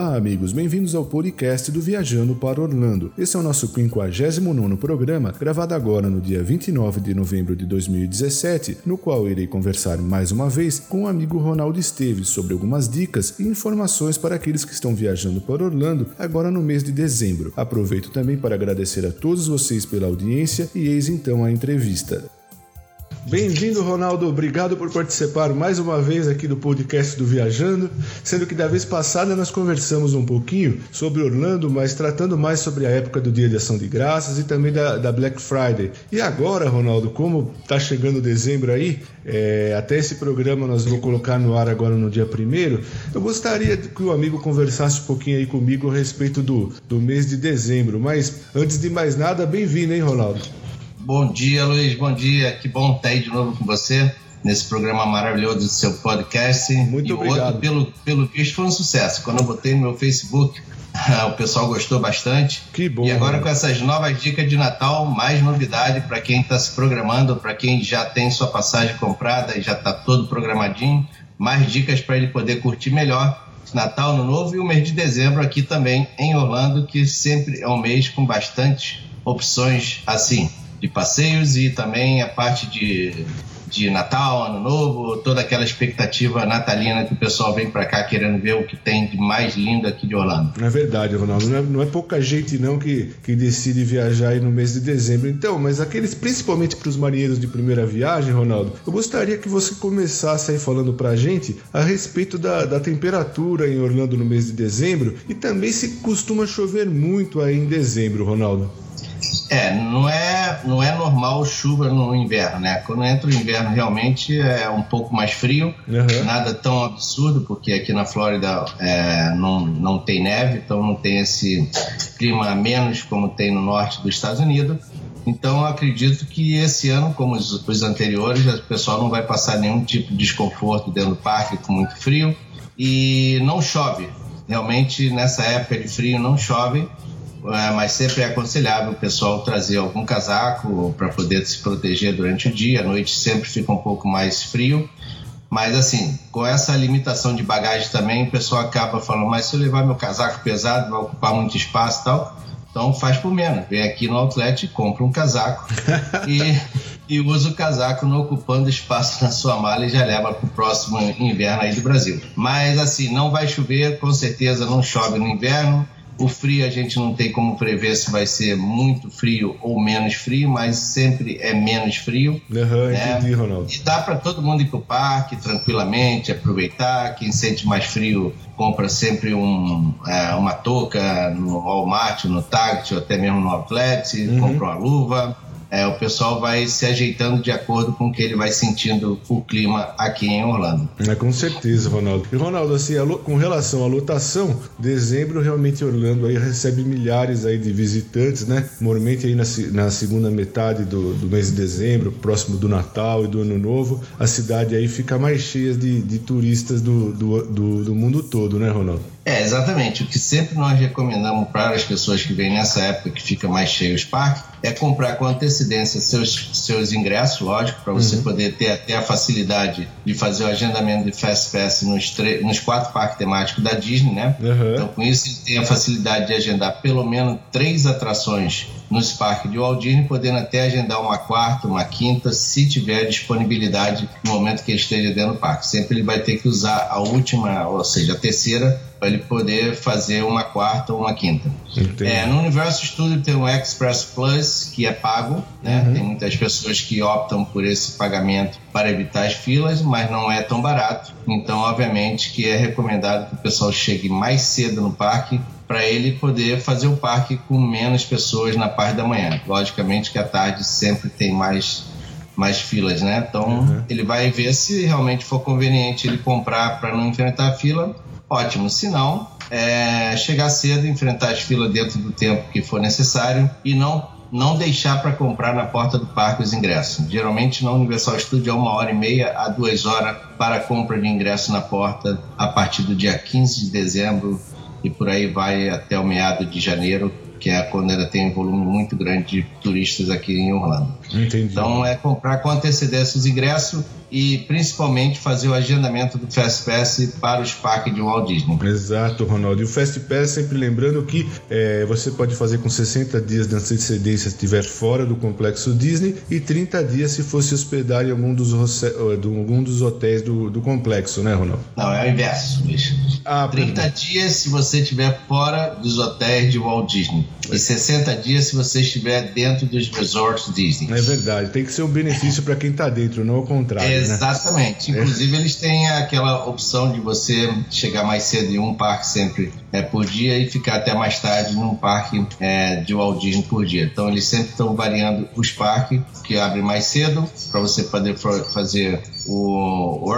Olá amigos, bem-vindos ao podcast do Viajando para Orlando. Esse é o nosso 59º programa, gravado agora no dia 29 de novembro de 2017, no qual irei conversar mais uma vez com o amigo Ronaldo Esteves sobre algumas dicas e informações para aqueles que estão viajando para Orlando agora no mês de dezembro. Aproveito também para agradecer a todos vocês pela audiência e eis então a entrevista. Bem-vindo, Ronaldo. Obrigado por participar mais uma vez aqui do podcast do Viajando, sendo que da vez passada nós conversamos um pouquinho sobre Orlando, mas tratando mais sobre a época do Dia de Ação de Graças e também da Black Friday. E agora, Ronaldo, como está chegando dezembro aí, até esse programa nós vamos colocar no ar agora no dia 1º, eu gostaria que o amigo conversasse um pouquinho aí comigo a respeito do mês de dezembro. Mas, antes de mais nada, bem-vindo, hein, Ronaldo? Bom dia, Luiz, bom dia, que bom estar aí de novo com você nesse programa maravilhoso do seu podcast. Muito obrigado. O outro, pelo visto, foi um sucesso. Quando eu botei no meu Facebook, o pessoal gostou bastante. Que bom. E agora, com essas novas dicas de Natal, mais novidade para quem está se programando, para quem já tem sua passagem comprada e já está todo programadinho, mais dicas para ele poder curtir melhor Natal, Ano Novo e o mês de dezembro aqui também em Orlando, que sempre é um mês com bastante opções assim, de passeios e também a parte de Natal, Ano Novo, toda aquela expectativa natalina que o pessoal vem para cá querendo ver o que tem de mais lindo aqui de Orlando. É verdade, Ronaldo, não é pouca gente não que decide viajar aí no mês de dezembro. Então, mas aqueles, principalmente para os marinheiros de primeira viagem, Ronaldo, eu gostaria que você começasse aí falando para a gente a respeito da temperatura em Orlando no mês de dezembro e também se costuma chover muito aí em dezembro, Ronaldo. Não é normal chuva no inverno, né? Quando entra o inverno realmente é um pouco mais frio, Nada tão absurdo, porque aqui na Flórida não tem neve, então não tem esse clima a menos como tem no norte dos Estados Unidos. Então eu acredito que esse ano, como os anteriores, o pessoal não vai passar nenhum tipo de desconforto dentro do parque com muito frio e não chove. Realmente nessa época de frio não chove. Mas sempre é aconselhável o pessoal trazer algum casaco para poder se proteger durante o dia. À noite sempre fica um pouco mais frio, mas assim, com essa limitação de bagagem também, o pessoal acaba falando, mas se eu levar meu casaco pesado vai ocupar muito espaço e tal, então faz por menos, vem aqui no outlet, compra um casaco e usa o casaco não ocupando espaço na sua mala e já leva para o próximo inverno aí do Brasil. Mas assim, não vai chover, com certeza não chove no inverno. O frio a gente não tem como prever se vai ser muito frio ou menos frio, mas sempre é menos frio. Entendi, Ronaldo. E dá para todo mundo ir para o parque tranquilamente, aproveitar. Quem sente mais frio compra sempre uma touca no Walmart, no Target ou até mesmo no Outlet, compra uma luva. O pessoal vai se ajeitando de acordo com o que ele vai sentindo o clima aqui em Orlando. Com certeza, Ronaldo. E, Ronaldo, assim, com relação à lotação, dezembro realmente Orlando aí recebe milhares aí de visitantes, né? Normalmente aí na segunda metade do mês de dezembro, próximo do Natal e do Ano Novo, a cidade aí fica mais cheia de turistas do mundo todo, né, Ronaldo? Exatamente. O que sempre nós recomendamos para as pessoas que vêm nessa época que fica mais cheio os parques é comprar com antecedência seus ingressos, lógico, para você poder ter até a facilidade de fazer o agendamento de Fast Pass nos 4 parques temáticos da Disney, né? Então, com isso, ele tem a facilidade de agendar pelo menos 3 atrações nos parques de Walt Disney, podendo até agendar uma 4ª, uma 5ª, se tiver disponibilidade no momento que ele esteja dentro do parque. Sempre ele vai ter que usar a última, ou seja, a 3ª, para ele poder fazer uma 4ª ou uma 5ª. No Universal Studios tem o Express Plus, que é pago, né? Tem muitas pessoas que optam por esse pagamento para evitar as filas, mas não é tão barato. Então, obviamente, que é recomendado que o pessoal chegue mais cedo no parque para ele poder fazer o parque com menos pessoas na parte da manhã. Logicamente que à tarde sempre tem mais filas, né? Então, ele vai ver se realmente for conveniente ele comprar para não enfrentar a fila. Ótimo, se não, chegar cedo, enfrentar as filas dentro do tempo que for necessário e não deixar para comprar na porta do parque os ingressos. Geralmente na Universal Studios é 1h30 a 2 horas para a compra de ingresso na porta a partir do dia 15 de dezembro e por aí vai até o meado de janeiro, que é quando ainda tem um volume muito grande de turistas aqui em Orlando. Entendi. Então é comprar com antecedência os ingressos. e principalmente fazer o agendamento do Fast Pass para os parques de Walt Disney. Exato, Ronaldo. E o Fast Pass, sempre lembrando que você pode fazer com 60 dias de antecedência se estiver fora do complexo Disney e 30 dias se fosse hospedar em algum dos hotéis do complexo, né, Ronaldo? Não, é o inverso, bicho. 30 dias se você estiver fora dos hotéis de Walt Disney e 60 dias se você estiver dentro dos resorts Disney. É verdade, tem que ser um benefício para quem está dentro, não ao contrário. Exatamente. Né? Inclusive eles têm aquela opção de você chegar mais cedo em um parque sempre por dia e ficar até mais tarde num parque de Walt Disney por dia. Então eles sempre estão variando os parques que abrem mais cedo para você poder fazer o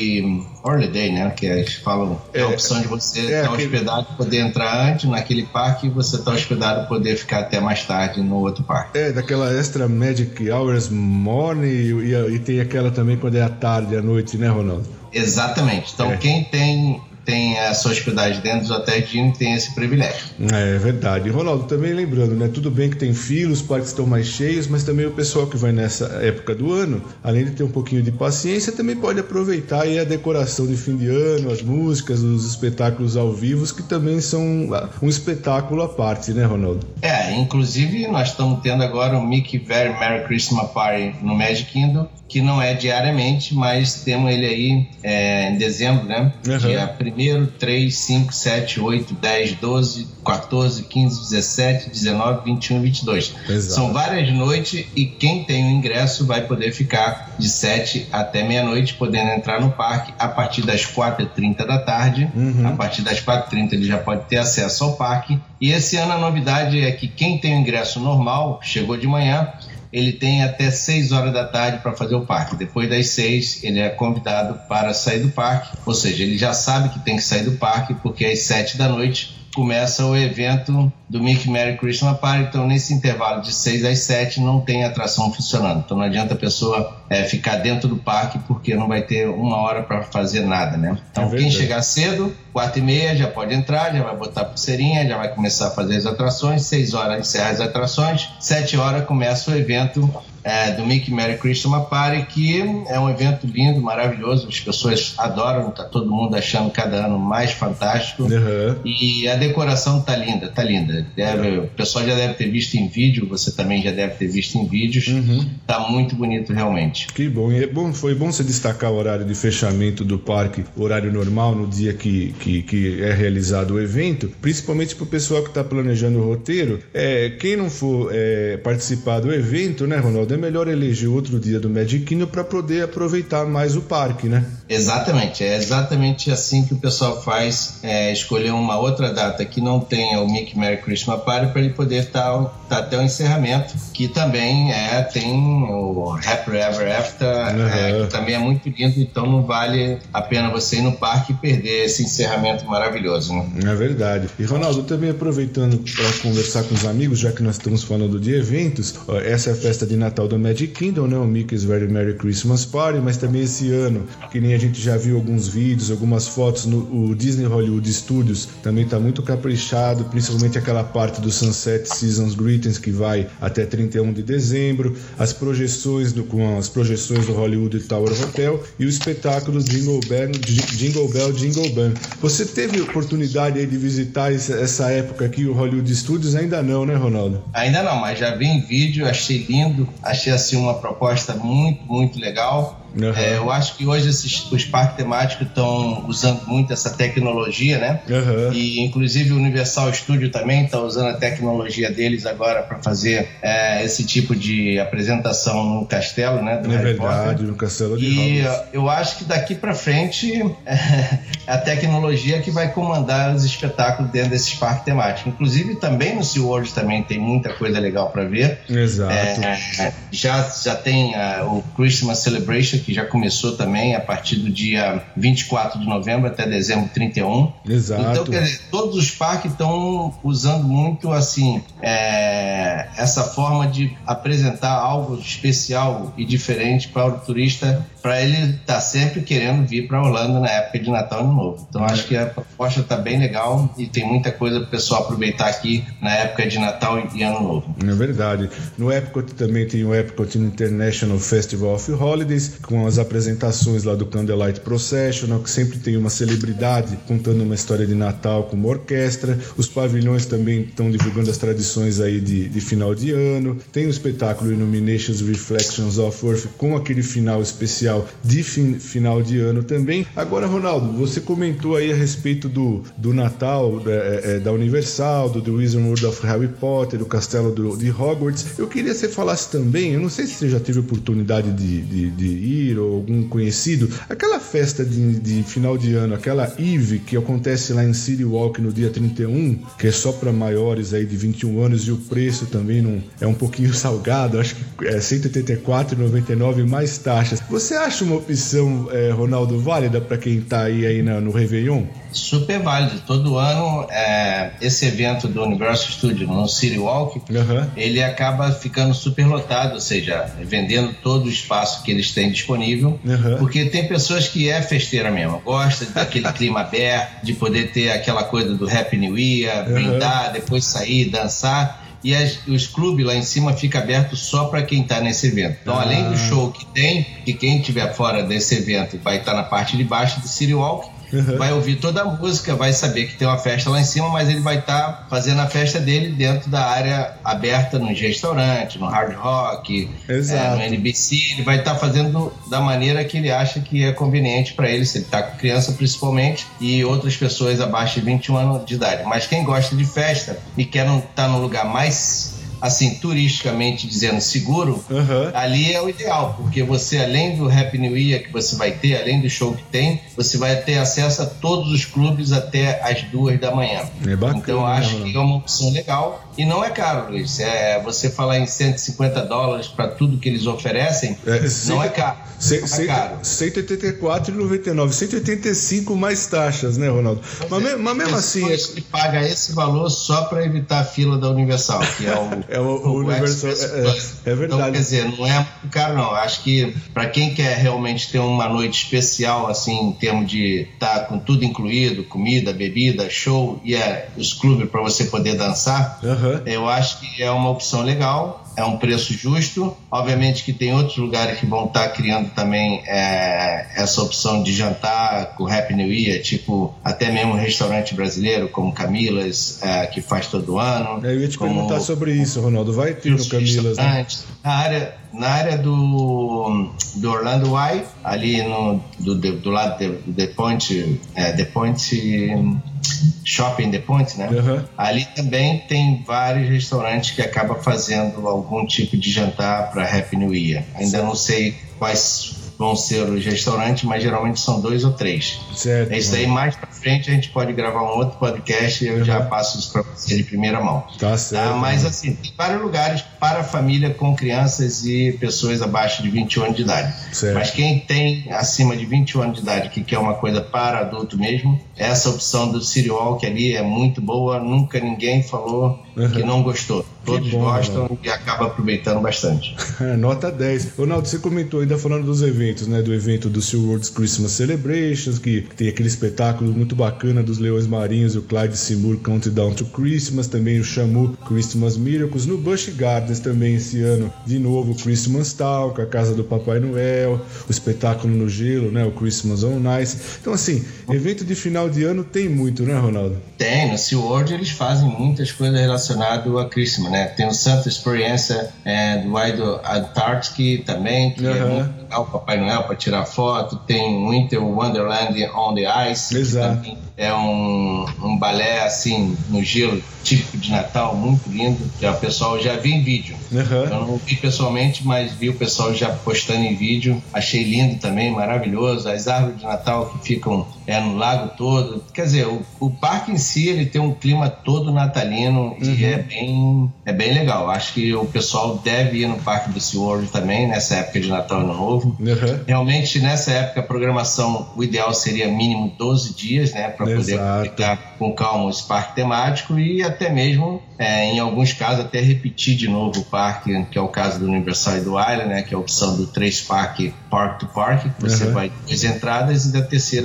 early day, né? Que eles falam, a opção de você estar hospedado e poder entrar antes naquele parque e você estar hospedado e poder ficar até mais tarde no outro parque. Daquela extra magic hours morning e tem aquela também quando é à tarde, à noite, né, Ronaldo? Exatamente. Então quem tem essa hospedagem dentro dos hotéis Disney tem esse privilégio. É verdade. E, Ronaldo, também lembrando, né? Tudo bem que tem fila, os parques estão mais cheios, mas também o pessoal que vai nessa época do ano, além de ter um pouquinho de paciência, também pode aproveitar aí a decoração de fim de ano, as músicas, os espetáculos ao vivo, que também são um espetáculo à parte, né, Ronaldo? Inclusive nós estamos tendo agora o Mickey Very Merry Christmas Party no Magic Kingdom, que não é diariamente, mas temos ele aí em dezembro, né? Dia 1º, 3, 5, 7, 8, 10, 12, 14, 15, 17, 19, 21 e 22. Exato. São várias noites e quem tem o ingresso vai poder ficar de 7 até meia-noite, podendo entrar no parque a partir das 4h30 da tarde. A partir das 4h30 ele já pode ter acesso ao parque. E esse ano a novidade é que quem tem o ingresso normal, chegou de manhã, ele tem até 6 horas da tarde para fazer o parque. Depois das 6, ele é convidado para sair do parque, ou seja, ele já sabe que tem que sair do parque, porque às 7 da noite começa o evento do Mickey Merry Christmas Party. Então nesse intervalo de 6 às 7 não tem atração funcionando, então não adianta a pessoa ficar dentro do parque, porque não vai ter 1 hora para fazer nada, né? Então quem chegar cedo, 4h30 já pode entrar, já vai botar a pulseirinha, já vai começar a fazer as atrações. 6 horas encerra as atrações, 7 horas começa o evento do Mickey Merry Christmas Party, que é um evento lindo, maravilhoso, as pessoas adoram, tá todo mundo achando cada ano mais fantástico. E a decoração tá linda, tá linda. O pessoal já deve ter visto em vídeo, você também já deve ter visto em vídeos. Tá muito bonito realmente. Que bom, e foi bom você destacar o horário de fechamento do parque, horário normal no dia que é realizado o evento, principalmente pro pessoal que tá planejando o roteiro. Quem não for participar do evento, né, Ronaldo, é melhor eleger outro dia do Magic Kingdom para poder aproveitar mais o parque, né? Exatamente, é exatamente assim que o pessoal faz, escolher uma outra data que não tenha o Mickey Merry Christmas Party para ele poder estar até o encerramento, que também tem o Happy Ever After, que também é muito lindo, então não vale a pena você ir no parque e perder esse encerramento maravilhoso, né? É verdade. E, Ronaldo, também aproveitando para conversar com os amigos, já que nós estamos falando de eventos, essa é a festa de Natal do Magic Kingdom, né? O Mickey's Very Merry Christmas Party, mas também esse ano, que nem a gente já viu alguns vídeos, algumas fotos, o Disney Hollywood Studios também está muito caprichado, principalmente aquela parte do Sunset Seasons Greetings que vai até 31 de dezembro, as projeções com as projeções do Hollywood Tower Hotel e o espetáculo Jingle Bell, Jingle Bell. Você teve oportunidade aí de visitar essa época aqui, o Hollywood Studios? Ainda não, né, Ronaldo? Ainda não, mas já vi em vídeo, achei lindo, achei assim uma proposta muito, muito legal. Eu acho que hoje os parques temáticos estão usando muito essa tecnologia, né? E inclusive o Universal Studio também está usando a tecnologia deles agora para fazer esse tipo de apresentação no castelo, né? Do Harry Potter. No castelo de Hogwarts. E eu acho que daqui para frente a tecnologia que vai comandar os espetáculos dentro desses parques temáticos. Inclusive também no SeaWorld também tem muita coisa legal para ver. Exato. Já tem o Christmas Celebration, que já começou também a partir do dia 24 de novembro até dezembro 31. Exato. Então, quer dizer, todos os parques estão usando muito assim essa forma de apresentar algo especial e diferente para o turista, para ele estar sempre querendo vir para Orlando na época de Natal e Ano Novo. Então acho que a proposta está bem legal e tem muita coisa para o pessoal aproveitar aqui na época de Natal e Ano Novo. É verdade. No Epcot também tem o Epcot International Festival of Holidays, com com as apresentações lá do Candlelight Processional, que sempre tem uma celebridade contando uma história de Natal com uma orquestra. Os pavilhões também estão divulgando as tradições aí de final de ano. Tem o espetáculo Illuminations Reflections of Earth com aquele final especial de final de ano também. Agora, Ronaldo, você comentou aí a respeito do Natal da Universal, do The Wizarding World of Harry Potter, do Castelo de Hogwarts. Eu queria que você falasse também, eu não sei se você já teve oportunidade de ir ou algum conhecido, aquela festa de final de ano, aquela Eve que acontece lá em City Walk no dia 31, que é só para maiores aí de 21 anos e o preço também não é um pouquinho salgado, acho que é R$ 184,99 mais taxas. Você acha uma opção, Ronaldo, válida para quem está aí no Réveillon? Super válido. Todo ano esse evento do Universal Studios no City Walk, ele acaba ficando super lotado, ou seja, vendendo todo o espaço que eles têm disponível, porque tem pessoas que festeira mesmo, gosta daquele clima aberto, de poder ter aquela coisa do Happy New Year, brindar, depois sair, dançar. E os clubes lá em cima ficam abertos só para quem está nesse evento. Então, além do show que tem, que quem estiver fora desse evento vai estar na parte de baixo do City Walk, vai ouvir toda a música, vai saber que tem uma festa lá em cima, mas ele vai estar fazendo a festa dele dentro da área aberta nos restaurantes, no Hard Rock, no NBC. Ele vai estar fazendo da maneira que ele acha que é conveniente para ele, se ele está com criança principalmente, e outras pessoas abaixo de 21 anos de idade. Mas quem gosta de festa e quer estar num lugar mais, assim, turisticamente dizendo, seguro, ali é o ideal, porque você, além do Happy New Year que você vai ter, além do show que tem, você vai ter acesso a todos os clubes até as 2 da manhã. É bacana, então eu acho que é uma opção legal e não é caro, Luiz. Você falar em $150 para tudo que eles oferecem, não é caro. Não é caro. R$184,99, 185 mais taxas, né, Ronaldo? Mas mesmo assim... Você paga esse valor só para evitar a fila da Universal, que é o Universal. É verdade. Então, quer dizer, não é muito caro, não. Acho que para quem quer realmente ter uma noite especial, assim, em termos de estar com tudo incluído, comida, bebida, show e os clubes para você poder dançar, eu acho que é uma opção legal. É um preço justo. Obviamente que tem outros lugares que vão estar criando também essa opção de jantar com Happy New Year, tipo até mesmo um restaurante brasileiro como Camilas, que faz todo ano. Eu ia te perguntar sobre isso, Ronaldo. Vai ter no Camilas, né? Na área do Orlando Eye, ali do lado do The Point, Shopping The Point, né? Ali também tem vários restaurantes que acabam fazendo algum tipo de jantar para Happy New Year. Ainda não sei quais vão ser os restaurantes, mas geralmente são 2 ou 3. Certo. É isso aí. Mais pra frente a gente pode gravar um outro podcast e eu já passo isso para você de primeira mão. Tá certo. Mas assim, tem vários lugares para família com crianças e pessoas abaixo de 21 anos de idade. Certo. Mas quem tem acima de 21 anos de idade, que quer uma coisa para adulto mesmo, essa opção do City Walk ali é muito boa. Nunca ninguém falou que não gostou. Todos gostam e acabam aproveitando bastante. Nota 10. Ronaldo, você comentou ainda falando dos eventos, né? Do evento do SeaWorld's Christmas Celebrations, que tem aquele espetáculo muito bacana dos Leões Marinhos, o Clyde Seymour Countdown to Christmas, também o Shamu Christmas Miracles. No Busch Gardens também esse ano, de novo, o Christmas Town, com a casa do Papai Noel, o espetáculo no gelo, né? O Christmas on Ice. Então, assim, evento de final de ano tem muito, né, Ronaldo? Tem. No SeaWorld eles fazem muitas coisas relacionadas a Christmas, né? Tem o Santa Experiência do Wild Antarctic também, que é muito legal, o Papai Noel para tirar foto. Tem Winter Wonderland on the Ice. Exato. Que é um balé assim no gelo, típico de Natal, muito lindo, que o pessoal já viu em vídeo. Eu não vi pessoalmente, mas vi o pessoal já postando em vídeo. Achei lindo também, maravilhoso. As árvores de Natal que ficam no lago todo. Quer dizer, o parque em si ele tem um clima todo natalino e é bem legal. Acho que o pessoal deve ir no parque do SeaWorld também nessa época de Natal e Ano Novo. Realmente nessa época a programação, o ideal seria mínimo 12 dias, né, para poder ficar com calma esse parque temático e até mesmo em alguns casos até repetir de novo o parque, que é o caso do Universal e do Island, né, que é a opção do 3 Park to Park, que você vai 2 entradas e da terceira você escolhe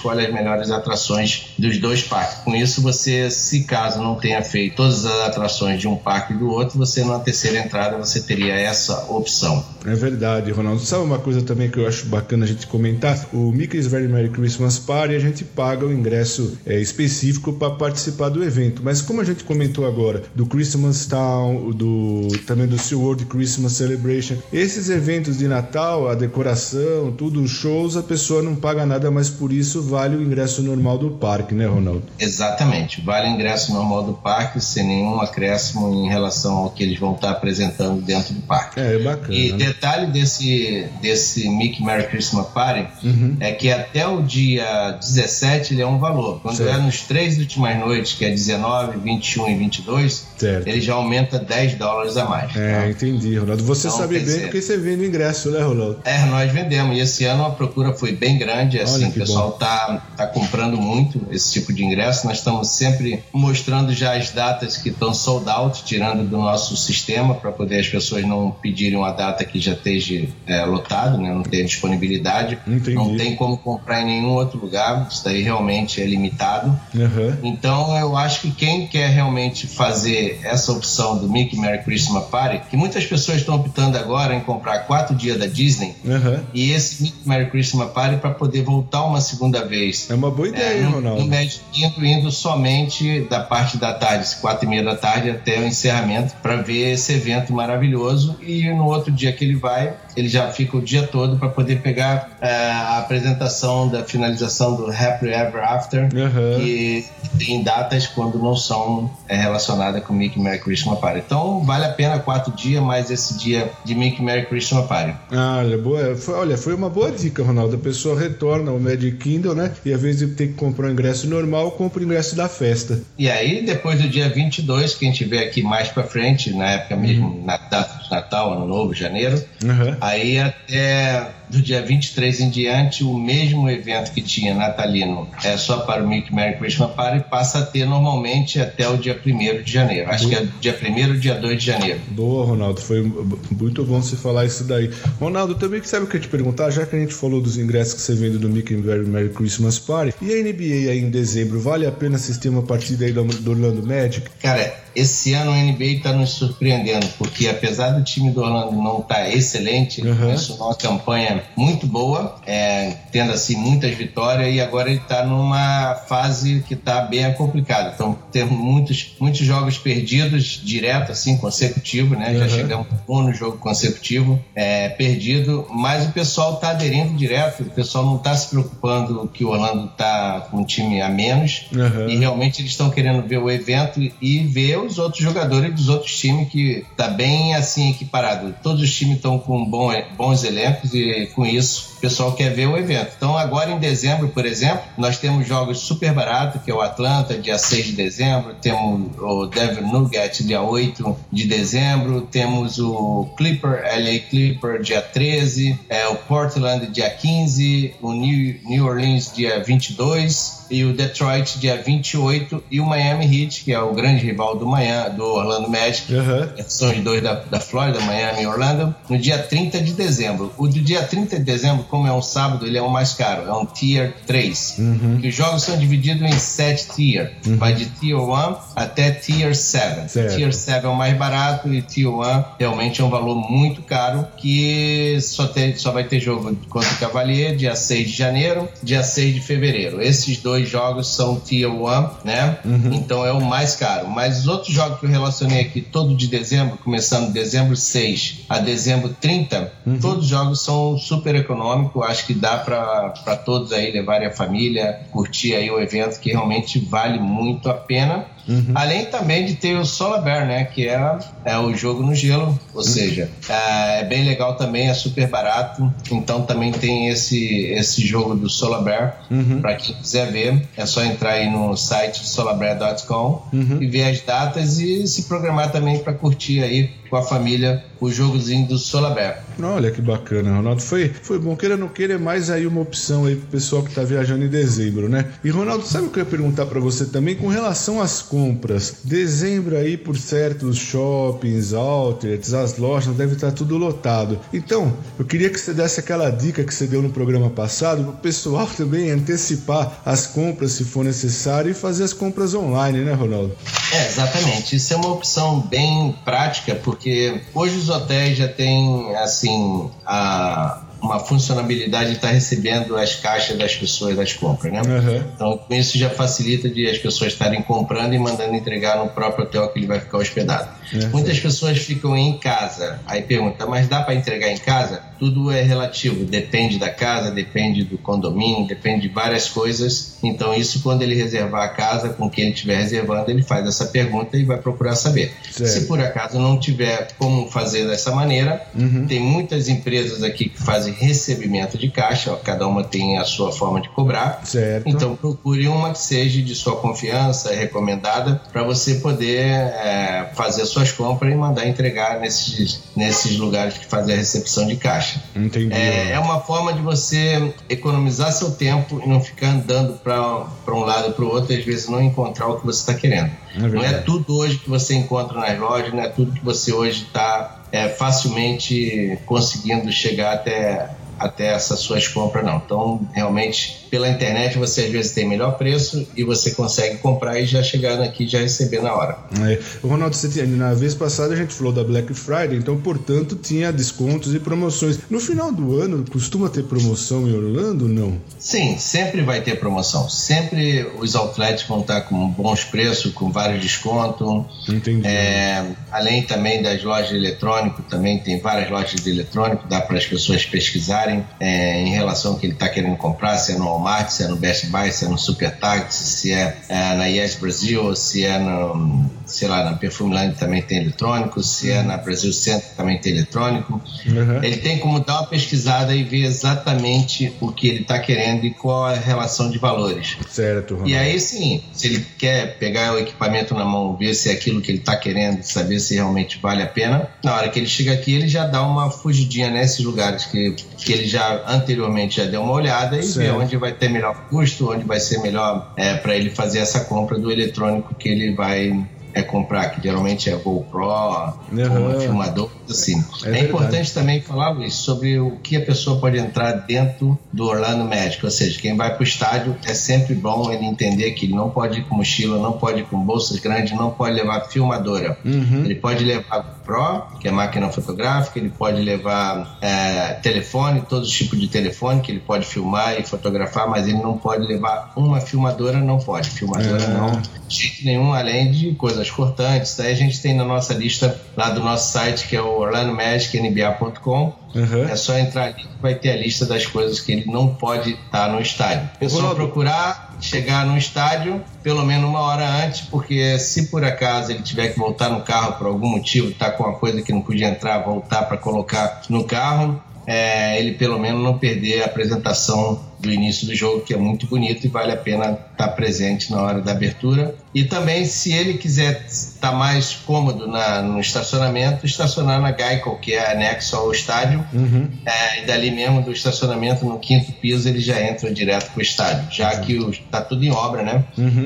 escolhe as melhores atrações dos dois parques. Com isso, você, se caso não tenha feito todas as atrações de um parque e do outro, você na terceira entrada você teria essa opção. É verdade, Ronaldo. Sabe uma coisa também que eu acho bacana a gente comentar? O Mickey's Very Merry Christmas Party, a gente paga o ingresso específico para participar do evento, mas como a gente comentou agora do Christmas Town, também do SeaWorld Christmas Celebration, esses eventos de Natal, a decoração, tudo, os shows, a pessoa não paga nada, mas por isso vale o ingresso normal do parque, né, Ronaldo? Exatamente, vale o ingresso normal do parque sem nenhum acréscimo em relação ao que eles vão estar apresentando dentro do parque. É bacana. E detalhe desse Mickey Merry Christmas Party é que até o dia 17 ele é um valor. Quando é nos 3 últimas noites, que é 19, 21 e 22, certo, ele já aumenta $10 a mais. Tá? Entendi, Ronaldo. Você então, sabe bem porque você vende o ingresso, né, Ronaldo? Nós vendemos. E esse ano a procura foi bem grande. Assim, o pessoal tá comprando muito esse tipo de ingresso. Nós estamos sempre mostrando já as datas que estão sold out, tirando do nosso sistema, para poder as pessoas não pedirem uma data que já esteja lotado, né? Não tem disponibilidade. Entendi. Não tem como comprar em nenhum outro lugar. Isso daí realmente é limitado. Então eu acho que quem quer realmente fazer essa opção do Mickey Merry Christmas Party, que muitas pessoas estão optando agora em comprar 4 dias da Disney, e esse Mickey Merry Christmas Party para poder voltar uma segunda vez. É uma boa ideia, Ronaldo. No Magic Kingdom, indo somente da parte da tarde, 4h30 da tarde, até o encerramento, para ver esse evento maravilhoso. E no outro dia que ele já fica o dia todo para poder pegar a apresentação da finalização do Happily Ever After, que tem datas quando não são relacionadas com Mickey Merry Christmas Party. Então vale a pena 4 dias mais esse dia de Mickey Merry Christmas Party. Foi uma boa dica, Ronaldo. A pessoa retorna ao Magic Kingdom, né? E ao invés de ter que comprar um ingresso normal, compra o ingresso da festa. E aí, depois do dia 22, quem tiver aqui mais pra frente, na época mesmo, na data de Natal, Ano Novo, janeiro, aí até do dia 23 em diante, o mesmo evento que tinha natalino só para o Mickey Merry Christmas Party passa a ter normalmente até o dia 1º de janeiro. Acho que é dia 1º e dia 2 de janeiro. Boa, Ronaldo. Foi muito bom você falar isso daí. Ronaldo, também sabe o que eu ia te perguntar? Já que a gente falou dos ingressos que você vende do Mickey Merry Christmas Party, e a NBA aí em dezembro, vale a pena assistir uma partida aí do Orlando Magic? Cara, esse ano a NBA está nos surpreendendo, porque apesar do time do Orlando não estar excelente, ele começou uma campanha muito boa, tendo assim muitas vitórias, e agora ele está numa fase que está bem complicada. Então temos muitos jogos perdidos direto, assim, consecutivo, né? Já chegamos no jogo consecutivo perdido, mas o pessoal está aderindo direto, o pessoal não está se preocupando que o Orlando está com um time a menos, e realmente eles estão querendo ver o evento e ver os outros jogadores dos outros times, que tá bem assim equiparado. Todos os times estão com bons elencos, e com isso o pessoal quer ver o evento. Então agora em dezembro, por exemplo, nós temos jogos super baratos, que é o Atlanta, dia 6 de dezembro, temos o Denver Nuggets, dia 8 de dezembro, temos o LA Clipper, dia 13, o Portland, dia 15, o New Orleans, dia 22, e o Detroit, dia 28, e o Miami Heat, que é o grande rival do Orlando Magic, são os dois da Flórida, Miami e Orlando, no dia 30 de dezembro. O do dia 30 de dezembro, como é um sábado, ele é o mais caro, é um Tier 3, que os jogos são divididos em 7 tier, vai de Tier 1 até Tier 7. Certo. Tier 7 é o mais barato, e Tier 1 realmente é um valor muito caro, que só vai ter jogo contra o Cavalier, dia 6 de janeiro, dia 6 de fevereiro. Esses dois jogos são Tier 1, né? Então é o mais caro. Mas os outros jogos que eu relacionei aqui, todo de dezembro, começando dezembro 6 a dezembro 30, todos os jogos são super econômicos. Acho que dá para todos aí levarem a família, curtir aí o evento, que realmente vale muito a pena. Além também de ter o Solar Bear, né? Que é o jogo no gelo, ou seja, é bem legal também, é super barato. Então também tem esse jogo do Solar Bear. Para quem quiser ver, é só entrar aí no site solarbear.com e ver as datas e se programar também para curtir aí com a família o jogozinho do Solaber. Olha que bacana, Ronaldo. Foi bom. Queira ou não queira, é mais aí uma opção aí pro pessoal que tá viajando em dezembro, né? E, Ronaldo, sabe o que eu ia perguntar para você também com relação às compras? Dezembro aí, por certo, os shoppings, outlets, as lojas, deve estar tudo lotado. Então, eu queria que você desse aquela dica que você deu no programa passado, pro pessoal também antecipar as compras se for necessário e fazer as compras online, né, Ronaldo? Exatamente. Isso é uma opção bem prática, porque hoje os hotéis já têm, assim, uma funcionalidade de estar recebendo as caixas das pessoas das compras, né? Uhum. Então, com isso já facilita de as pessoas estarem comprando e mandando entregar no próprio hotel que ele vai ficar hospedado. Uhum. Muitas pessoas ficam em casa, aí perguntam, mas dá para entregar em casa? Tudo é relativo, depende da casa, depende do condomínio, depende de várias coisas. Então, isso quando ele reservar a casa, com quem ele estiver reservando, ele faz essa pergunta e vai procurar saber. Certo. Se por acaso não tiver como fazer dessa maneira, tem muitas empresas aqui que fazem recebimento de caixa, ó, cada uma tem a sua forma de cobrar. Certo. Então, procure uma que seja de sua confiança, recomendada, para você poder fazer suas compras e mandar entregar nesses lugares que fazem a recepção de caixa. Entendi. É uma forma de você economizar seu tempo e não ficar andando para um lado ou para o outro e às vezes não encontrar o que você está querendo. Não é tudo hoje que você encontra nas lojas, não é tudo que você hoje está facilmente conseguindo chegar até essas suas compras, não. Então, realmente, pela internet você às vezes tem melhor preço e você consegue comprar e já chegar aqui e já receber na hora. Ronaldo, na vez passada a gente falou da Black Friday, então, portanto, tinha descontos e promoções. No final do ano, costuma ter promoção em Orlando, não? Sim, sempre vai ter promoção. Sempre os outlets vão estar com bons preços, com vários descontos. Entendi. Além também das lojas de eletrônico, também tem várias lojas de eletrônico, dá para as pessoas pesquisarem em relação ao que ele está querendo comprar, se é no Walmart, se é no Best Buy, se é no Super Target, se é na Yes Brasil, se é na Perfumeland também tem eletrônico, se é na Brasil Center também tem eletrônico. Ele tem como dar uma pesquisada e ver exatamente o que ele está querendo e qual a relação de valores. Certo, Ronaldo. E aí sim, se ele quer pegar o equipamento na mão, ver se é aquilo que ele está querendo, saber se realmente vale a pena, na hora que ele chega aqui ele já dá uma fugidinha nesses lugares que ele já anteriormente já deu uma olhada e vê onde vai ter melhor custo, onde vai ser melhor para ele fazer essa compra do eletrônico que ele vai comprar, que geralmente é GoPro, ou filmador, assim. É importante também falar, Luiz, sobre o que a pessoa pode entrar dentro do Orlando Magic, ou seja, quem vai para o estádio é sempre bom ele entender que ele não pode ir com mochila, não pode ir com bolsas grandes, não pode levar filmadora. Ele pode levar GoPro, que é máquina fotográfica, ele pode levar telefone, todos os tipos de telefone que ele pode filmar e fotografar, mas ele não pode levar uma filmadora, não pode. Filmadora não, de jeito nenhum, além de coisas cortantes. Daí a gente tem na nossa lista lá do nosso site, que é o orlandomagicnba.com. É só entrar ali que vai ter a lista das coisas que ele não pode estar no estádio. É só procurar chegar no estádio pelo menos uma hora antes, porque se por acaso ele tiver que voltar no carro por algum motivo, tá com uma coisa que não podia entrar, voltar para colocar no carro, ele pelo menos não perder a apresentação do início do jogo, que é muito bonito e vale a pena estar presente na hora da abertura. E também, se ele quiser estar mais cômodo no estacionamento, estacionar na Geico, que é anexo ao estádio, e dali mesmo do estacionamento no 5º piso ele já entra direto para o estádio, já que está tudo em obra, né?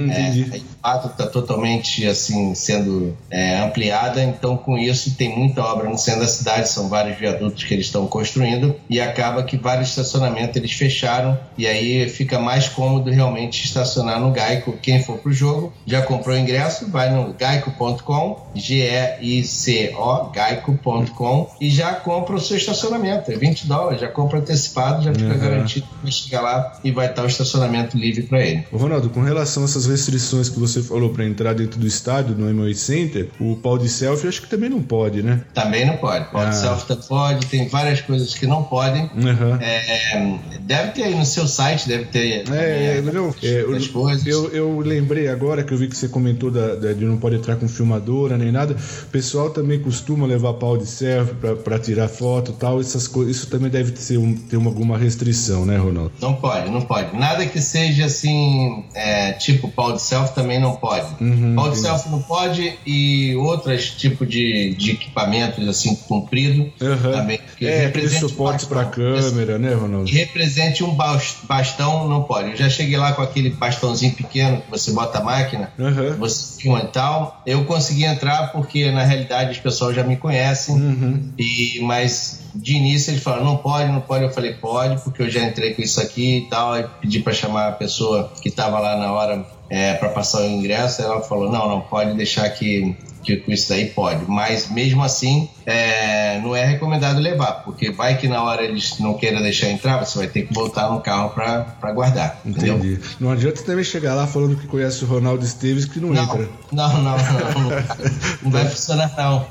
A IPATO está totalmente assim sendo ampliada, então com isso tem muita obra no centro da cidade, são vários viadutos que eles estão construindo e acaba que vários estacionamentos eles fecharam e aí fica mais cômodo realmente estacionar no Geico. Quem for pro jogo, já comprou o ingresso, vai no geico.com, G-E-I-C-O, geico.com e já compra o seu estacionamento, é $20, já compra antecipado, já fica garantido que chegar lá e vai estar o estacionamento livre para ele. Ô Ronaldo, com relação a essas restrições que você falou para entrar dentro do estádio, no M8 Center, o pau de selfie acho que também não pode, né? Também não pode, pau de selfie pode, tem várias coisas que não podem. Deve ter aí no seu site deve ter as coisas. Eu lembrei agora que eu vi que você comentou de não pode entrar com filmadora nem nada. O pessoal também costuma levar pau de selfie para tirar foto e tal. Essas coisas, isso também deve ter alguma restrição, né, Ronaldo? Não pode. Nada que seja assim, tipo pau de selfie também não pode. Pau de selfie não pode e outros tipos de equipamentos assim comprido também. Aquele suporte para câmera, né, Ronaldo? Que represente um bastão não pode. Eu já cheguei lá com aquele bastãozinho pequeno que você bota a máquina, você filma e tal. Eu consegui entrar porque na realidade as pessoas já me conhecem, mas de início eles falaram, não pode. Eu falei, pode, porque eu já entrei com isso aqui e tal. Aí pedi para chamar a pessoa que estava lá na hora para passar o ingresso. Ela falou, não pode deixar que com isso daí pode, mas mesmo assim não é recomendado levar, porque vai que na hora eles não queiram deixar entrar, você vai ter que voltar no carro para guardar. Entendi. Entendeu? Não adianta também chegar lá falando que conhece o Ronaldo Esteves que não entra. Não vai funcionar não.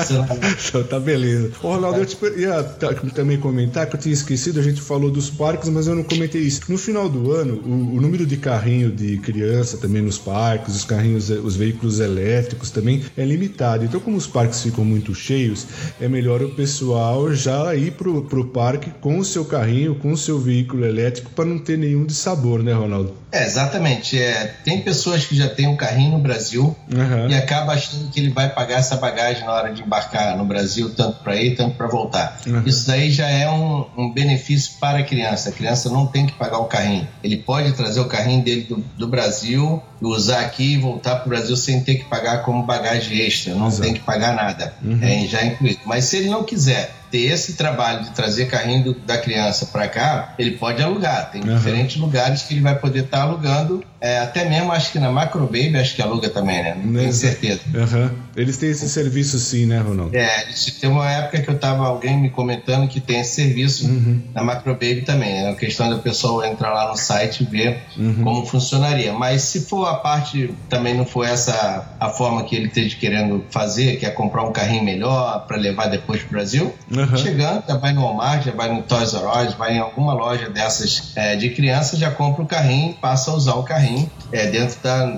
Então tá beleza. Ô, Ronaldo, eu ia também comentar que eu tinha esquecido, a gente falou dos parques, mas eu não comentei isso. No final do ano, o número de carrinho de criança também nos parques, os veículos elétricos também é limitado. Então, como os parques ficam muito cheios, é melhor o pessoal já ir pro parque com o seu carrinho, com o seu veículo elétrico, para não ter nenhum dissabor, né, Ronaldo? Exatamente. Tem pessoas que já têm um carrinho no Brasil e acaba achando que ele vai pagar essa bagagem na hora de embarcar no Brasil, tanto para ir, tanto para voltar. Isso daí já é um benefício para a criança. A criança não tem que pagar o carrinho. Ele pode trazer o carrinho dele do Brasil, usar aqui e voltar para o Brasil sem ter que pagar como bagagem extra. Não tem que pagar nada. Já é incluído. Mas se ele não quiser ter esse trabalho de trazer carrinho da criança para cá, ele pode alugar. Tem diferentes lugares que ele vai poder estar alugando, até mesmo acho que na Macro Baby acho que aluga também, né? Não tenho certeza. Eles têm esse serviço sim, né, Ronaldo? Tem uma época que alguém me comentando que tem esse serviço na Macro Baby também. É uma questão do pessoal entrar lá no site e ver como funcionaria. Mas se for a parte, também não for essa a forma que ele esteja querendo fazer, que é comprar um carrinho melhor para levar depois pro Brasil, chegando, já vai no Walmart, já vai no Toys R Us, vai em alguma loja dessas de criança, já compra o carrinho, passa a usar o carrinho dentro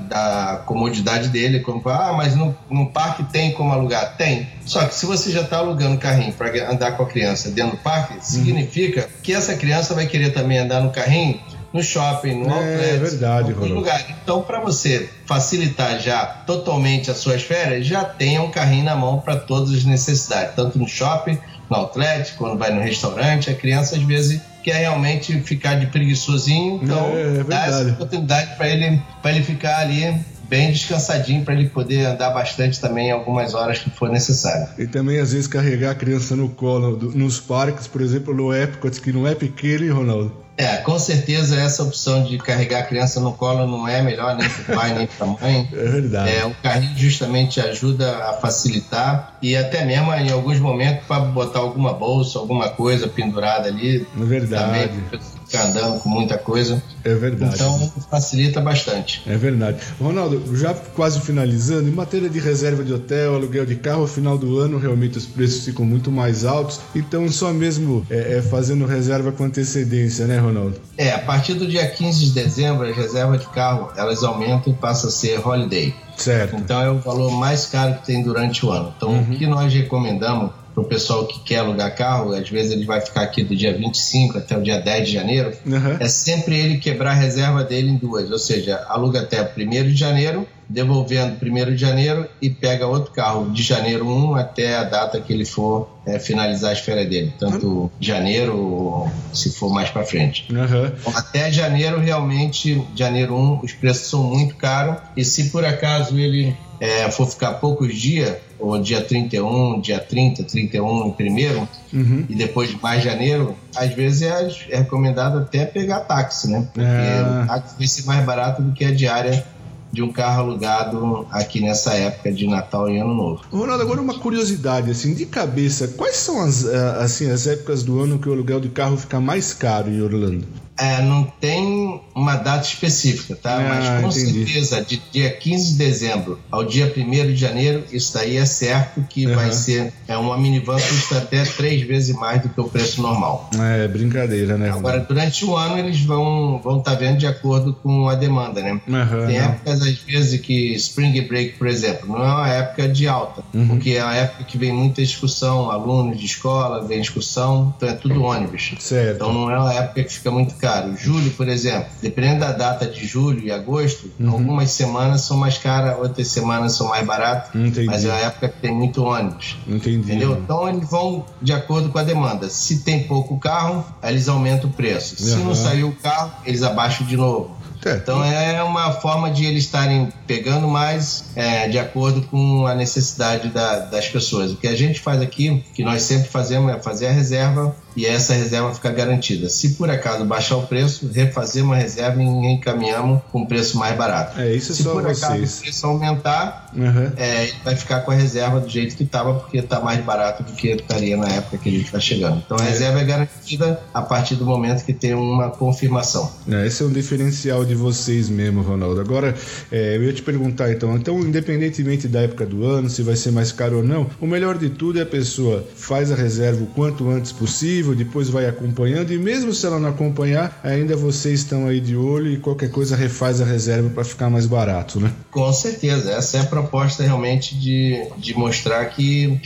da comodidade dele. Mas no parque tem como alugar? Tem. Só que se você já está alugando o carrinho para andar com a criança dentro do parque, significa que essa criança vai querer também andar no carrinho no shopping, no outlet, verdade, em lugar. Então, para você facilitar já totalmente as suas férias, já tenha um carrinho na mão para todas as necessidades, tanto no shopping, no outlet, quando vai no restaurante. A criança às vezes quer realmente ficar de preguiçosinho, então dá essa oportunidade para ele ficar ali bem descansadinho, para ele poder andar bastante também algumas horas que for necessário. E também às vezes carregar a criança no colo nos parques, por exemplo, no Epcot, que não é pequeno, hein, Ronaldo? Com certeza essa opção de carregar a criança no colo não é melhor nem para o pai nem para a mãe. É verdade. O carrinho justamente ajuda a facilitar e até mesmo em alguns momentos para botar alguma bolsa, alguma coisa pendurada ali. É verdade. Também ficar andando com muita coisa. É verdade. Então facilita bastante. É verdade. Ronaldo, já quase finalizando, em matéria de reserva de hotel, aluguel de carro, ao final do ano realmente os preços ficam muito mais altos, então só mesmo fazendo reserva com antecedência, né, Ronaldo? A partir do dia 15 de dezembro, as reservas de carro, elas aumentam e passam a ser holiday. Certo. Então é o valor mais caro que tem durante o ano. Então o que nós recomendamos para o pessoal que quer alugar carro, às vezes ele vai ficar aqui do dia 25 até o dia 10 de janeiro, é sempre ele quebrar a reserva dele em duas, ou seja, aluga até 1º de janeiro, devolvendo 1º de janeiro e pega outro carro de janeiro 1 até a data que ele for finalizar as férias dele, tanto janeiro ou se for mais para frente. Então, até janeiro, realmente, janeiro 1, os preços são muito caros e se por acaso ele for ficar poucos dias, ou dia 31, dia 30, 31 em primeiro, e depois de mais janeiro, às vezes é recomendado até pegar táxi, né? Porque o táxi vai ser mais barato do que a diária de um carro alugado aqui nessa época de Natal e Ano Novo. Ronaldo, agora uma curiosidade, assim, de cabeça, quais são as épocas do ano que o aluguel de carro fica mais caro em Orlando? Não tem uma data específica, tá? Mas com certeza, de dia 15 de dezembro ao dia 1º de janeiro, isso daí é certo que vai ser uma minivan custa até 3 vezes mais do que o preço normal. É brincadeira, né? Agora, durante o ano, eles vão estar vendo de acordo com a demanda, né? Tem épocas, às vezes, que Spring Break, por exemplo, não é uma época de alta, porque é a época que vem muita excursão, alunos de escola, vem excursão, então é tudo ônibus. Certo. Então não é uma época que fica muito caro. Julho, por exemplo, dependendo da data de julho e agosto, algumas semanas são mais caras, outras semanas são mais baratas, mas é a época que tem muito ônibus. Entendeu? Então eles vão de acordo com a demanda. Se tem pouco carro, eles aumentam o preço. Se não saiu o carro, eles abaixam de novo. Então é uma forma de eles estarem pegando mais de acordo com a necessidade das pessoas. O que a gente faz aqui, que nós sempre fazemos, é fazer a reserva e essa reserva fica garantida. Se por acaso baixar o preço, refazer uma reserva e encaminhamos com um preço mais barato. Isso Se só por vocês. acaso o preço aumentar, ele vai ficar com a reserva do jeito que estava, porque está mais barato do que estaria na época que a gente está chegando. Então a reserva é garantida a partir do momento que tem uma confirmação. Esse é um diferencial de vocês mesmo, Ronaldo. Agora, eu ia te perguntar então, independentemente da época do ano, se vai ser mais caro ou não, o melhor de tudo é a pessoa faz a reserva o quanto antes possível, depois vai acompanhando, e mesmo se ela não acompanhar, ainda vocês estão aí de olho e qualquer coisa refaz a reserva para ficar mais barato, né? Com certeza, essa é a proposta realmente de mostrar que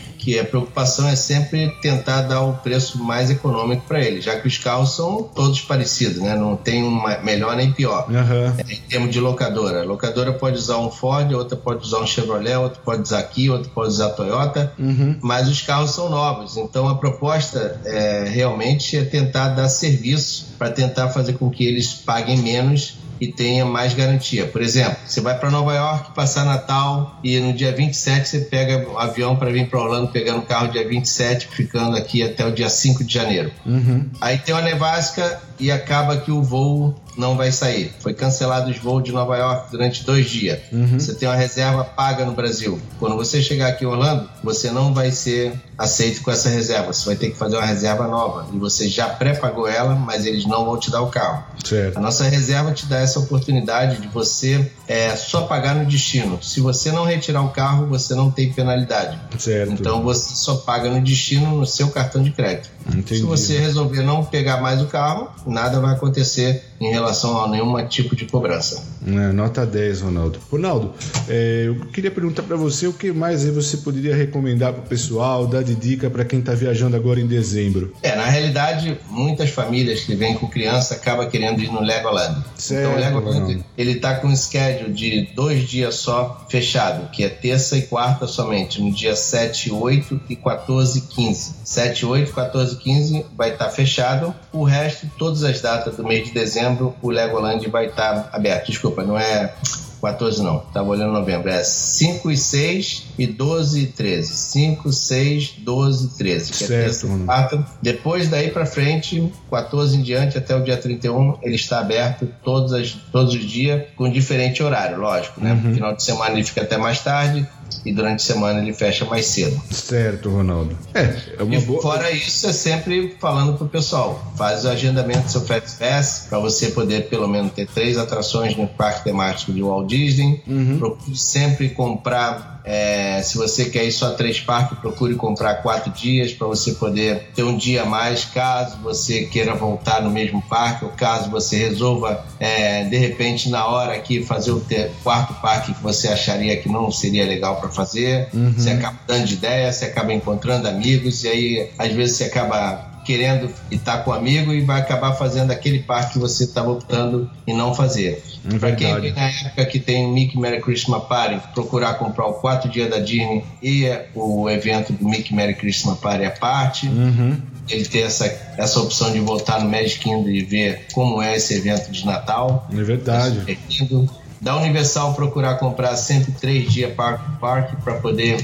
a preocupação é sempre tentar dar o preço mais econômico para ele, já que os carros são todos parecidos, né? Não tem uma melhor nem pior. Em termos de locadora. A locadora pode usar um Ford, outra pode usar um Chevrolet, outra pode usar Kia, outra pode usar Toyota, mas os carros são novos. Então a proposta realmente é tentar dar serviço para tentar fazer com que eles paguem menos e tenha mais garantia. Por exemplo, você vai para Nova York passar Natal e no dia 27 você pega um avião para vir para Orlando pegando o carro dia 27, ficando aqui até o dia 5 de janeiro. Aí tem uma nevasca e acaba que o voo não vai sair. Foi cancelado os voos de Nova York durante 2 dias. Você tem uma reserva paga no Brasil. Quando você chegar aqui em Orlando, você não vai ser aceito com essa reserva. Você vai ter que fazer uma reserva nova. E você já pré-pagou ela, mas eles não vão te dar o carro. Certo. A nossa reserva te dá essa oportunidade de você só pagar no destino. Se você não retirar o carro, você não tem penalidade. Certo. Então você só paga no destino no seu cartão de crédito. Entendi. Se você resolver não pegar mais o carro, nada vai acontecer em relação a nenhum tipo de cobrança. Nota 10, Ronaldo. Ronaldo, eu queria perguntar para você o que mais você poderia recomendar para o pessoal, dar de dica para quem está viajando agora em dezembro. Na realidade, muitas famílias que vêm com criança acabam querendo ir no Legoland. Certo, então o Legoland, ele está com um schedule de 2 dias só fechado, que é terça e quarta somente, no dia 7, 8 e 14 e 15. 7, 8, 14 e 15 vai estar fechado. O resto, todas as datas do mês de dezembro, o Legoland vai estar aberto. Desculpa, não é 14 não, estava olhando novembro, é 5 e 6 e 12 e 13, 5, 6, 12 e 13, que é terça e quarta. Depois daí para frente, 14 em diante até o dia 31, ele está aberto todos os dias, com diferente horário, lógico, né? No final de semana ele fica até mais tarde e durante a semana ele fecha mais cedo. Certo, Ronaldo. É uma boa... Fora isso, é sempre falando pro pessoal, faz o agendamento do seu Fast Pass para você poder pelo menos ter 3 atrações no parque temático de Walt Disney. Procure sempre comprar, se você quer ir só a 3 parques, procure comprar 4 dias para você poder ter um dia a mais, caso você queira voltar no mesmo parque, ou caso você resolva de repente na hora aqui fazer o 4º parque que você acharia que não seria legal para fazer. Você acaba dando de ideia, você acaba encontrando amigos e aí às vezes você acaba querendo estar com um amigo e vai acabar fazendo aquele parque que você estava optando em não fazer. Para quem vem na época que tem o Mickey Merry Christmas Party, procurar comprar o 4 dias da Disney e o evento do Mickey Merry Christmas Party à parte. Ele tem essa opção de voltar no Magic Kingdom e ver como é esse evento de Natal. É verdade. Da Universal, procurar comprar sempre 3 dias parque para poder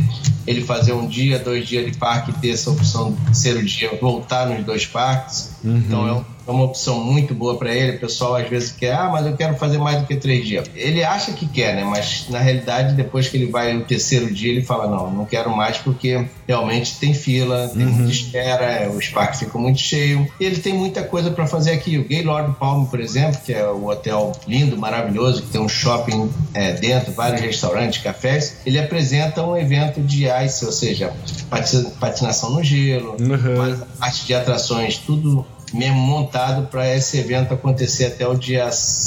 ele fazer 1 dia, 2 dias de parque e ter essa opção do terceiro dia voltar nos 2 parques. Então é uma opção muito boa para ele. O pessoal às vezes quer, mas eu quero fazer mais do que 3 dias. Ele acha que quer, né? Mas na realidade, depois que ele vai no terceiro dia, ele fala, não quero mais, porque realmente tem fila, tem muita espera, os parques ficam muito cheios. E ele tem muita coisa para fazer aqui. O Gaylord Palm, por exemplo, que é o hotel lindo, maravilhoso, que tem um shopping dentro, vários restaurantes, cafés, ele apresenta um evento de ice, ou seja, patinação no gelo, parte de atrações, tudo mesmo montado para esse evento acontecer até o dia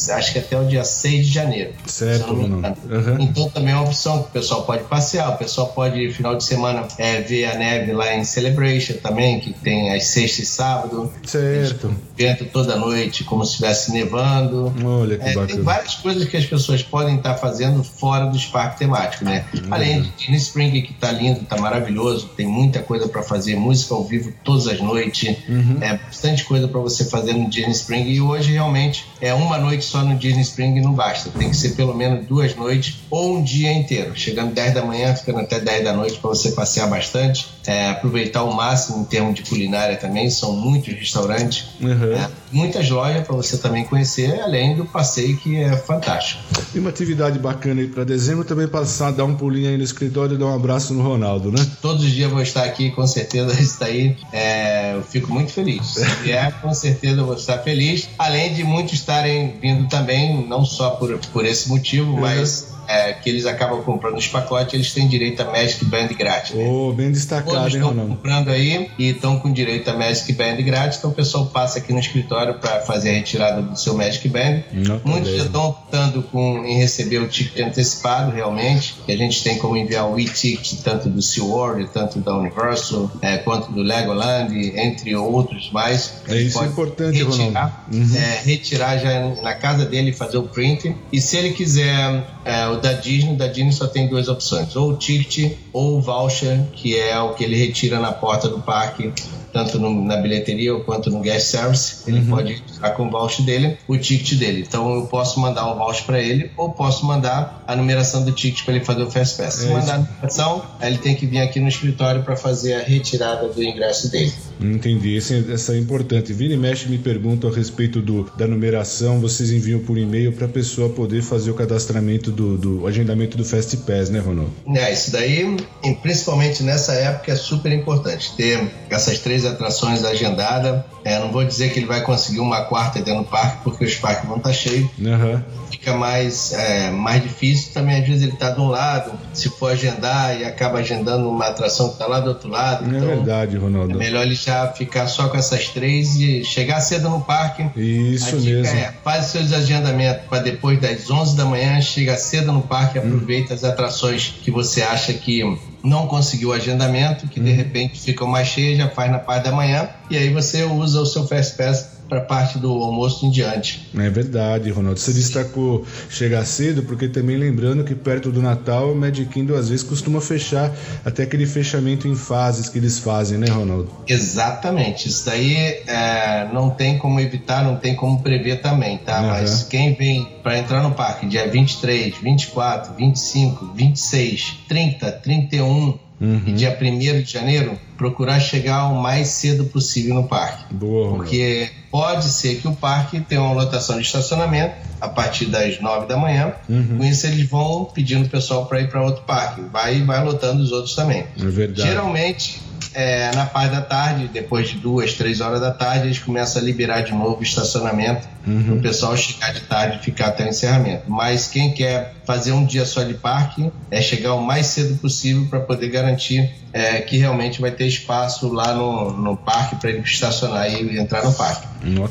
6 de janeiro. Certo, Então também é uma opção que o pessoal pode passear, o pessoal pode, final de semana, ver a neve lá em Celebration também, que tem as sexta e sábado. Certo. Evento toda noite, como se estivesse nevando. Olha que bacana. Tem várias coisas que as pessoas podem estar fazendo fora dos parques temáticos, né? Além de Disney Spring, que tá lindo, tá maravilhoso, tem muita coisa para fazer, música ao vivo todas as noites, bastante coisa para você fazer no Disney Spring, e hoje realmente uma noite só no Disney Spring não basta, tem que ser pelo menos 2 noites ou um dia inteiro, chegando 10 da manhã, ficando até 10 da noite para você passear bastante, aproveitar ao máximo em termos de culinária também, são muitos restaurantes, muitas lojas para você também conhecer, além do passeio que é fantástico. E uma atividade bacana aí para dezembro também, passar, dar um pulinho aí no escritório e dar um abraço no Ronaldo, né? Todos os dias eu vou estar aqui, com certeza isso daí, eu fico muito feliz. Com certeza eu vou estar feliz, além de muitos estarem vindo também, não só por esse motivo, mas que eles acabam comprando os pacotes, eles têm direito a Magic Band grátis, né? Bem destacado, todos hein, estão Ronaldo? comprando aí e estão com direito a Magic Band grátis, então o pessoal passa aqui no escritório para fazer a retirada do seu Magic Band. Muitos já estão optando em receber o ticket antecipado, realmente, que a gente tem como enviar o e-ticket tanto do SeaWorld, tanto da Universal, quanto do Legoland, entre outros mais. Isso é importante, Ronaldo. Retirar já na casa dele, fazer o print, e se ele quiser o da Disney só tem 2 opções, ou o ticket ou o voucher, que é o que ele retira na porta do parque, tanto na bilheteria quanto no guest service. Ele pode ficar com o voucher dele, o ticket dele. Então eu posso mandar um voucher para ele, ou posso mandar a numeração do ticket para ele fazer o Fast Pass. Se mandar a numeração, ele tem que vir aqui no escritório para fazer a retirada do ingresso dele. Entendi, essa é importante. Vira e mexe me perguntam a respeito da numeração, vocês enviam por e-mail para a pessoa poder fazer o cadastramento do agendamento do Fast Pass, né, Ronaldo? Isso daí, principalmente nessa época, é super importante ter essas 3 atrações agendadas. Não vou dizer que ele vai conseguir uma quarta dentro do parque, porque os parques vão estar cheios. Fica mais difícil também. Às vezes ele está de um lado, se for agendar, e acaba agendando uma atração que está lá do outro lado. Então, é verdade, Ronaldo. É melhor ele já ficar só com essas 3 e chegar cedo no parque. Isso mesmo. Faz seus agendamentos para depois das 11 da manhã, chega cedo no parque, aproveita as atrações que você acha que não conseguiu o agendamento, que de repente ficam mais cheias, já faz na parte da manhã, e aí você usa o seu Fast Pass para a parte do almoço em diante. É verdade, Ronaldo. Você destacou chegar cedo, porque também lembrando que perto do Natal, o Magic Kingdom às vezes costuma fechar até aquele fechamento em fases que eles fazem, né, Ronaldo? Exatamente. Isso daí não tem como evitar, não tem como prever também, tá? Mas quem vem para entrar no parque dia 23, 24, 25, 26, 30, 31 e dia 1º de janeiro, procurar chegar o mais cedo possível no parque. Boa, porque pode ser que o parque tenha uma lotação de estacionamento a partir das 9 da manhã. Com isso eles vão pedindo o pessoal para ir para outro parque. Vai lotando os outros também. É verdade. Geralmente, na parte da tarde, depois de 2, 3 horas da tarde, eles começam a liberar de novo o estacionamento para o pessoal chegar de tarde e ficar até o encerramento. Mas quem quer fazer um dia só de parque é chegar o mais cedo possível para poder garantir que realmente vai ter espaço lá no parque para ele estacionar e entrar no parque.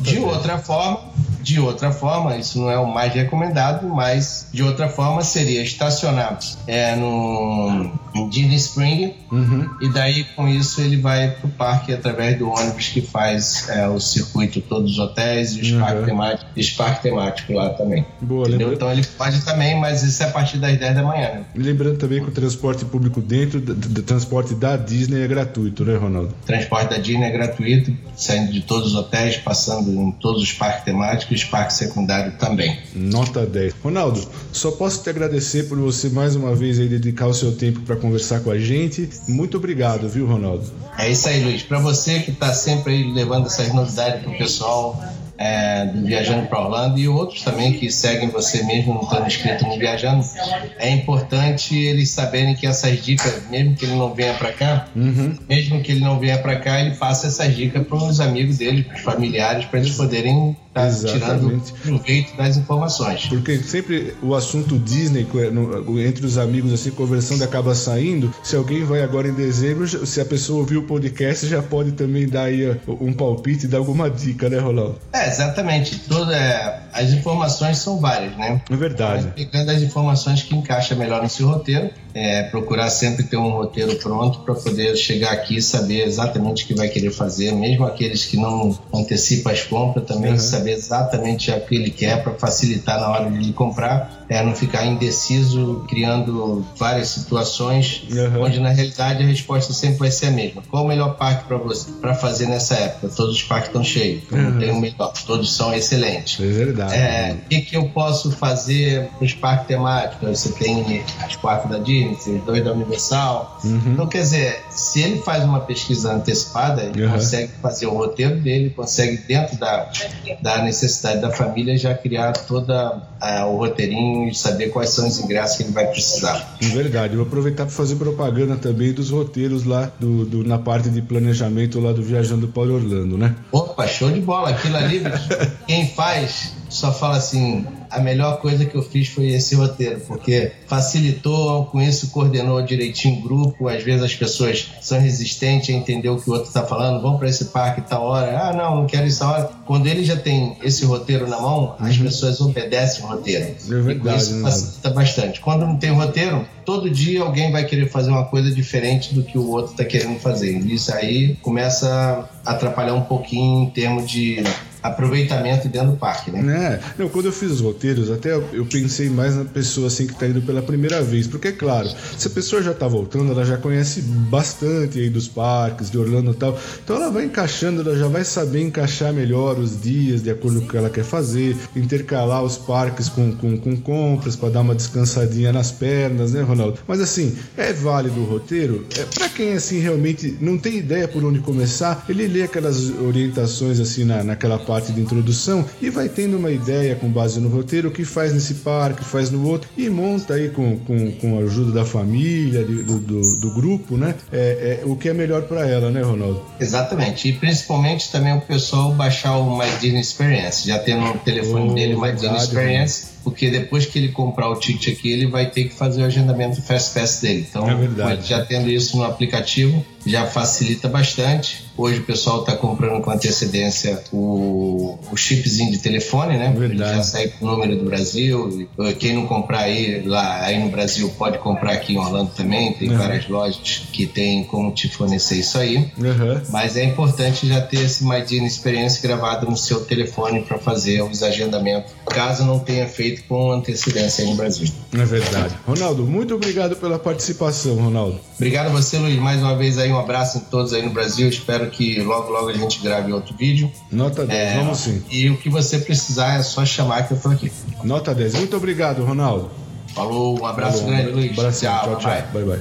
De outra forma, isso não é o mais recomendado, mas de outra forma seria estacionar no Disney Spring, e daí com isso ele vai para o parque através do ônibus que faz o circuito, todos os hotéis e os parques temáticos lá também. Boa, então ele pode também, mas isso é a partir das 10 da manhã, né? Lembrando também que o transporte público dentro do transporte da Disney é gratuito, né, Ronaldo? O transporte da Disney é gratuito, saindo de todos os hotéis, passando em todos os parques temáticos, parque secundário também. Nota 10. Ronaldo, só posso te agradecer por você mais uma vez aí dedicar o seu tempo para conversar com a gente. Muito obrigado, viu, Ronaldo? É isso aí, Luiz. Para você que está sempre aí levando essas novidades para o pessoal do Viajando para Orlando e outros também que seguem você mesmo não estando inscrito no Viajando, é importante eles saberem que essas dicas, mesmo que ele não venha para cá, ele passa essas dicas para os amigos dele, para os familiares, para eles poderem estar tirando proveito das informações. Porque sempre o assunto Disney, entre os amigos, assim, conversando, acaba saindo. Se alguém vai agora em dezembro, se a pessoa ouviu o podcast, já pode também dar aí um palpite, dar alguma dica, né, Ronaldo? Exatamente. As informações são várias, né? É verdade. Pegando as informações que encaixa melhor no seu roteiro, procurar sempre ter um roteiro pronto para poder chegar aqui e saber exatamente o que vai querer fazer, mesmo aqueles que não antecipam as compras também, saber exatamente o que ele quer para facilitar na hora de ele comprar, não ficar indeciso, criando várias situações, onde na realidade a resposta sempre vai ser a mesma. Qual o melhor parque para você para fazer nessa época? Todos os parques estão cheios, não tem o melhor, todos são excelentes. É verdade. O que eu posso fazer para os parques temáticos? Você tem as 4 da Disney, os 2 da Universal. Então, quer dizer, se ele faz uma pesquisa antecipada, ele consegue fazer o roteiro dele, consegue, dentro da necessidade da família, já criar toda o roteirinho e saber quais são os ingressos que ele vai precisar. É verdade. Eu vou aproveitar para fazer propaganda também dos roteiros lá na parte de planejamento lá do Viajando para Orlando, né? Opa, show de bola. Aquilo ali, quem faz só fala assim, a melhor coisa que eu fiz foi esse roteiro, porque facilitou, com isso coordenou direitinho o grupo. Às vezes as pessoas são resistentes a entender o que o outro está falando, vão para esse parque tal hora, não quero isso hora. Quando ele já tem esse roteiro na mão, as pessoas obedecem o roteiro. É verdade, e com isso facilita bastante. Quando não tem roteiro, todo dia alguém vai querer fazer uma coisa diferente do que o outro está querendo fazer. Isso aí começa a atrapalhar um pouquinho em termos de aproveitamento dentro do parque, né? Não, quando eu fiz os roteiros, até eu pensei mais na pessoa assim que tá indo pela primeira vez, porque é claro, se a pessoa já tá voltando, ela já conhece bastante aí dos parques, de Orlando e tal, então ela vai encaixando, ela já vai saber encaixar melhor os dias de acordo com o que ela quer fazer, intercalar os parques com compras para dar uma descansadinha nas pernas, né, Ronaldo? Mas assim, é válido o roteiro? Para quem assim realmente não tem ideia por onde começar, ele lê aquelas orientações assim naquela parte de introdução e vai tendo uma ideia com base no roteiro, o que faz nesse parque, faz no outro, e monta aí com a ajuda da família, do grupo, né? O que é melhor para ela, né, Ronaldo? Exatamente, e principalmente também o pessoal baixar o My Disney Experience, já ter no telefone dele o My Disney Experience, porque depois que ele comprar o ticket aqui, ele vai ter que fazer o agendamento do Fast Pass dele. Então, já tendo isso no aplicativo, já facilita bastante. Hoje o pessoal está comprando com antecedência o chipzinho de telefone, né? Ele já sai com o número do Brasil. Quem não comprar aí no Brasil pode comprar aqui em Orlando também. Tem várias lojas que tem como te fornecer isso aí. Mas é importante já ter esse My Disney Experience gravado no seu telefone para fazer os agendamentos, caso não tenha feito com antecedência aí no Brasil. É verdade. Ronaldo, muito obrigado pela participação, Ronaldo. Obrigado a você, Luiz. Mais uma vez aí, um abraço a todos aí no Brasil. Espero que logo a gente grave outro vídeo. Nota 10, vamos sim. E o que você precisar é só chamar que eu tô aqui. Nota 10. Muito obrigado, Ronaldo. Falou, um abraço grande, Luiz. Tchau. Bye.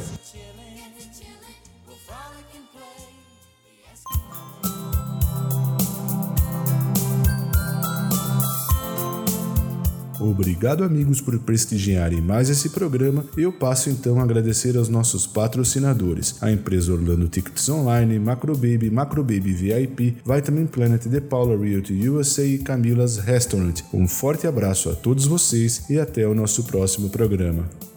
Obrigado, amigos, por prestigiarem mais esse programa. Eu passo então a agradecer aos nossos patrocinadores, a empresa Orlando Tickets Online, Macrobaby VIP, Vitamin Planet, The Paula Realty USA e Camila's Restaurant. Um forte abraço a todos vocês e até o nosso próximo programa.